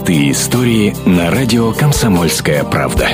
Простые истории на радио «Комсомольская правда».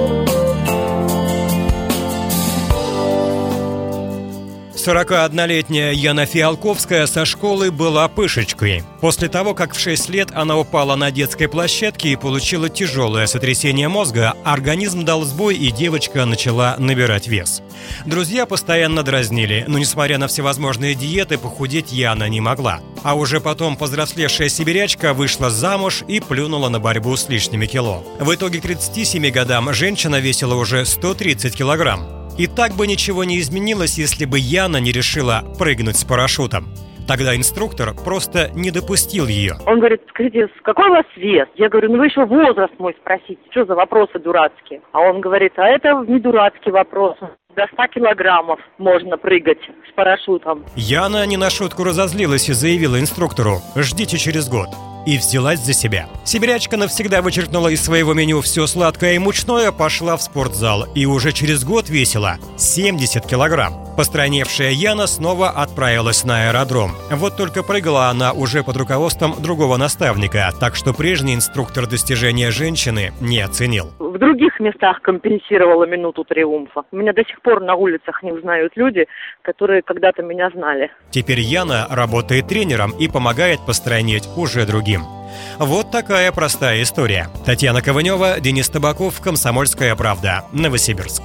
«41-летняя Яна Фиалковская со школы была пышечкой. После того, как в 6 лет она упала на детской площадке и получила тяжелое сотрясение мозга, организм дал сбой, и девочка начала набирать вес. Друзья постоянно дразнили, но, несмотря на всевозможные диеты, похудеть Яна не могла. А уже потом повзрослевшая сибирячка вышла замуж и плюнула на борьбу с лишними кило. В итоге к 37 годам женщина весила уже 130 килограмм. И так бы ничего не изменилось, если бы Яна не решила прыгнуть с парашютом. Тогда инструктор просто не допустил ее. Он говорит: скажите, какой у вас вес? Я говорю: вы еще возраст мой спросите, что за вопросы дурацкие? А он говорит: а это не дурацкий вопрос. До 100 килограммов можно прыгать с парашютом. Яна не на шутку разозлилась и заявила инструктору: ждите через год. И взялась за себя. Сибирячка навсегда вычеркнула из своего меню все сладкое и мучное, пошла в спортзал и уже через год весила 70 килограмм. Постраневшая Яна снова отправилась на аэродром. Вот только прыгала она уже под руководством другого наставника, так что прежний инструктор достижения женщины не оценил. В других местах компенсировала минуту триумфа. Меня до сих пор на улицах не узнают люди, которые когда-то меня знали. Теперь Яна работает тренером и помогает постройнеть уже другим. Вот такая простая история. Татьяна Ковынева, Денис Табаков, «Комсомольская правда», Новосибирск.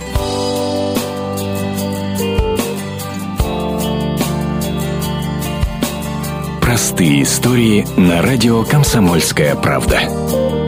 Простые истории на радио «Комсомольская правда».